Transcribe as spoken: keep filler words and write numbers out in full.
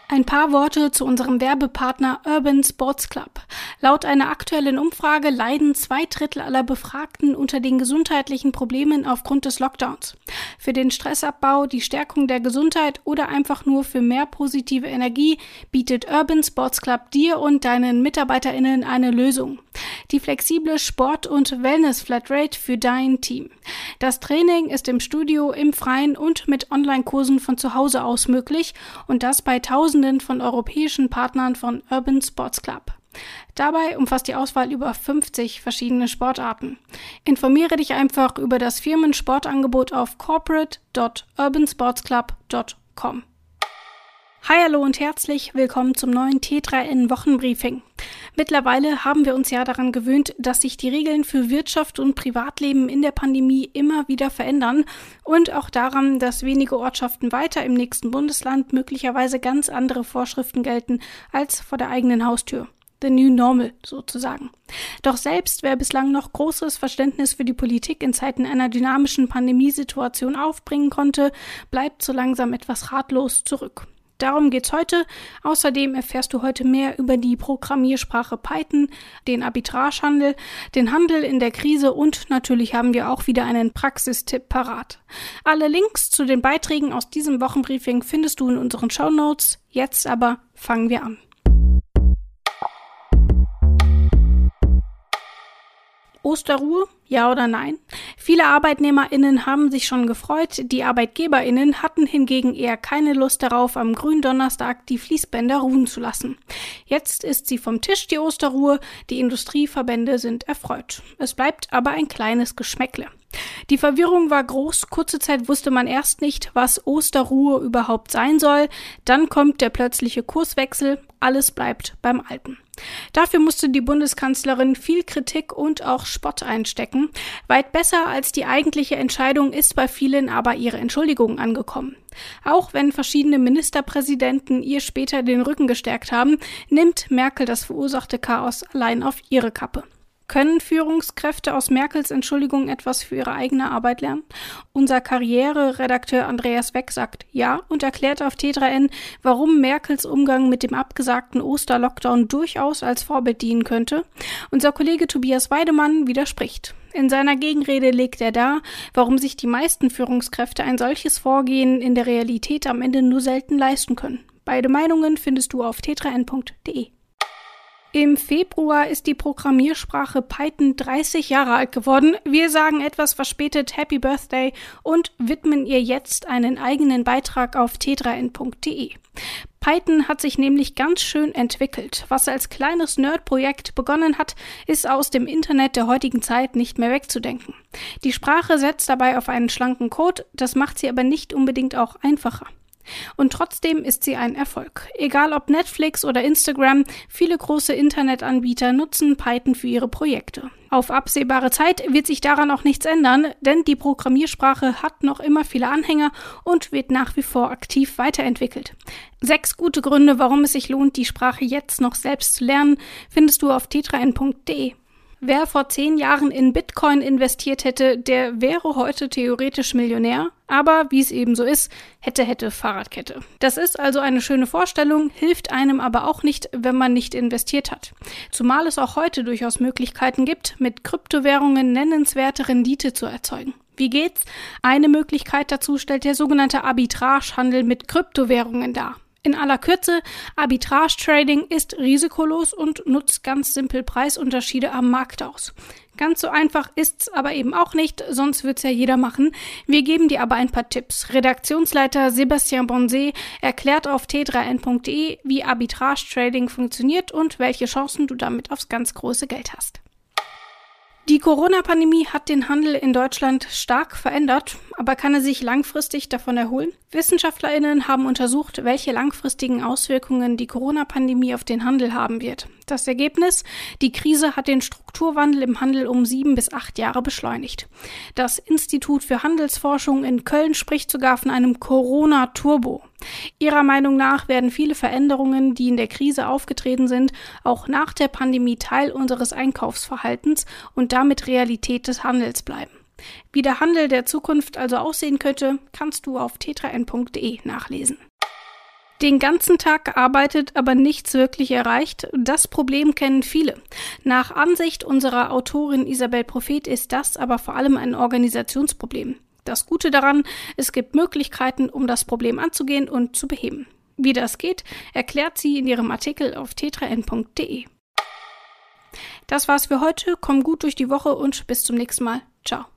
Ein paar Worte zu unserem Werbepartner Urban Sports Club. Laut einer aktuellen Umfrage leiden zwei Drittel aller Befragten unter den gesundheitlichen Problemen aufgrund des Lockdowns. Für den Stressabbau, die Stärkung der Gesundheit oder einfach nur für mehr positive Energie bietet Urban Sports Club dir und deinen MitarbeiterInnen eine Lösung. Die flexible Sport- und Wellness-Flatrate für dein Team. Das Training ist im Studio, im Freien und mit Online-Kursen von zu Hause aus möglich und das bei Tausenden von europäischen Partnern von Urban Sports Club. Dabei umfasst die Auswahl über fünfzig verschiedene Sportarten. Informiere dich einfach über das Firmensportangebot auf corporate punkt urban sports club punkt com. Hi, hallo und herzlich willkommen zum neuen T drei N Wochenbriefing. Mittlerweile haben wir uns ja daran gewöhnt, dass sich die Regeln für Wirtschaft und Privatleben in der Pandemie immer wieder verändern und auch daran, dass wenige Ortschaften weiter im nächsten Bundesland möglicherweise ganz andere Vorschriften gelten als vor der eigenen Haustür. The New Normal sozusagen. Doch selbst wer bislang noch großes Verständnis für die Politik in Zeiten einer dynamischen Pandemiesituation aufbringen konnte, bleibt so langsam etwas ratlos zurück. Darum geht's heute. Außerdem erfährst du heute mehr über die Programmiersprache Python, den Arbitragehandel, den Handel in der Krise und natürlich haben wir auch wieder einen Praxistipp parat. Alle Links zu den Beiträgen aus diesem Wochenbriefing findest du in unseren Shownotes. Jetzt aber fangen wir an. Osterruhe? Ja oder nein? Viele ArbeitnehmerInnen haben sich schon gefreut, die ArbeitgeberInnen hatten hingegen eher keine Lust darauf, am Gründonnerstag die Fließbänder ruhen zu lassen. Jetzt ist sie vom Tisch, die Osterruhe, die Industrieverbände sind erfreut. Es bleibt aber ein kleines Geschmäckle. Die Verwirrung war groß, kurze Zeit wusste man erst nicht, was Osterruhe überhaupt sein soll, dann kommt der plötzliche Kurswechsel, alles bleibt beim Alten. Dafür musste die Bundeskanzlerin viel Kritik und auch Spott einstecken. Weit besser als die eigentliche Entscheidung ist bei vielen aber ihre Entschuldigung angekommen. Auch wenn verschiedene Ministerpräsidenten ihr später den Rücken gestärkt haben, nimmt Merkel das verursachte Chaos allein auf ihre Kappe. Können Führungskräfte aus Merkels Entschuldigung etwas für ihre eigene Arbeit lernen? Unser Karriereredakteur Andreas Weck sagt ja und erklärt auf T drei N, warum Merkels Umgang mit dem abgesagten Osterlockdown durchaus als Vorbild dienen könnte. Unser Kollege Tobias Weidemann widerspricht. In seiner Gegenrede legt er dar, warum sich die meisten Führungskräfte ein solches Vorgehen in der Realität am Ende nur selten leisten können. Beide Meinungen findest du auf t drei n punkt d e. Im Februar ist die Programmiersprache Python dreißig Jahre alt geworden. Wir sagen etwas verspätet Happy Birthday und widmen ihr jetzt einen eigenen Beitrag auf t drei n punkt d e. Python hat sich nämlich ganz schön entwickelt. Was als kleines Nerd-Projekt begonnen hat, ist aus dem Internet der heutigen Zeit nicht mehr wegzudenken. Die Sprache setzt dabei auf einen schlanken Code, das macht sie aber nicht unbedingt auch einfacher. Und trotzdem ist sie ein Erfolg. Egal ob Netflix oder Instagram, viele große Internetanbieter nutzen Python für ihre Projekte. Auf absehbare Zeit wird sich daran auch nichts ändern, denn die Programmiersprache hat noch immer viele Anhänger und wird nach wie vor aktiv weiterentwickelt. Sechs gute Gründe, warum es sich lohnt, die Sprache jetzt noch selbst zu lernen, findest du auf t drei n punkt d e. Wer vor zehn Jahren in Bitcoin investiert hätte, der wäre heute theoretisch Millionär. Aber wie es eben so ist, hätte, hätte, Fahrradkette. Das ist also eine schöne Vorstellung, hilft einem aber auch nicht, wenn man nicht investiert hat. Zumal es auch heute durchaus Möglichkeiten gibt, mit Kryptowährungen nennenswerte Rendite zu erzeugen. Wie geht's? Eine Möglichkeit dazu stellt der sogenannte Arbitragehandel mit Kryptowährungen dar. In aller Kürze, Arbitrage-Trading ist risikolos und nutzt ganz simpel Preisunterschiede am Markt aus. Ganz so einfach ist's aber eben auch nicht, sonst wird's ja jeder machen. Wir geben dir aber ein paar Tipps. Redaktionsleiter Sebastian Bonset erklärt auf t drei n punkt d e, wie Arbitrage-Trading funktioniert und welche Chancen du damit aufs ganz große Geld hast. Die Corona-Pandemie hat den Handel in Deutschland stark verändert, aber kann er sich langfristig davon erholen? WissenschaftlerInnen haben untersucht, welche langfristigen Auswirkungen die Corona-Pandemie auf den Handel haben wird. Das Ergebnis? Die Krise hat den Strukturwandel im Handel um sieben bis acht Jahre beschleunigt. Das Institut für Handelsforschung in Köln spricht sogar von einem Corona-Turbo. Ihrer Meinung nach werden viele Veränderungen, die in der Krise aufgetreten sind, auch nach der Pandemie Teil unseres Einkaufsverhaltens und damit Realität des Handels bleiben. Wie der Handel der Zukunft also aussehen könnte, kannst du auf t drei n punkt d e nachlesen. Den ganzen Tag gearbeitet, aber nichts wirklich erreicht, das Problem kennen viele. Nach Ansicht unserer Autorin Isabel Prophet ist das aber vor allem ein Organisationsproblem. Das Gute daran, es gibt Möglichkeiten, um das Problem anzugehen und zu beheben. Wie das geht, erklärt sie in ihrem Artikel auf tetra n punkt de. Das war's für heute, komm gut durch die Woche und bis zum nächsten Mal. Ciao.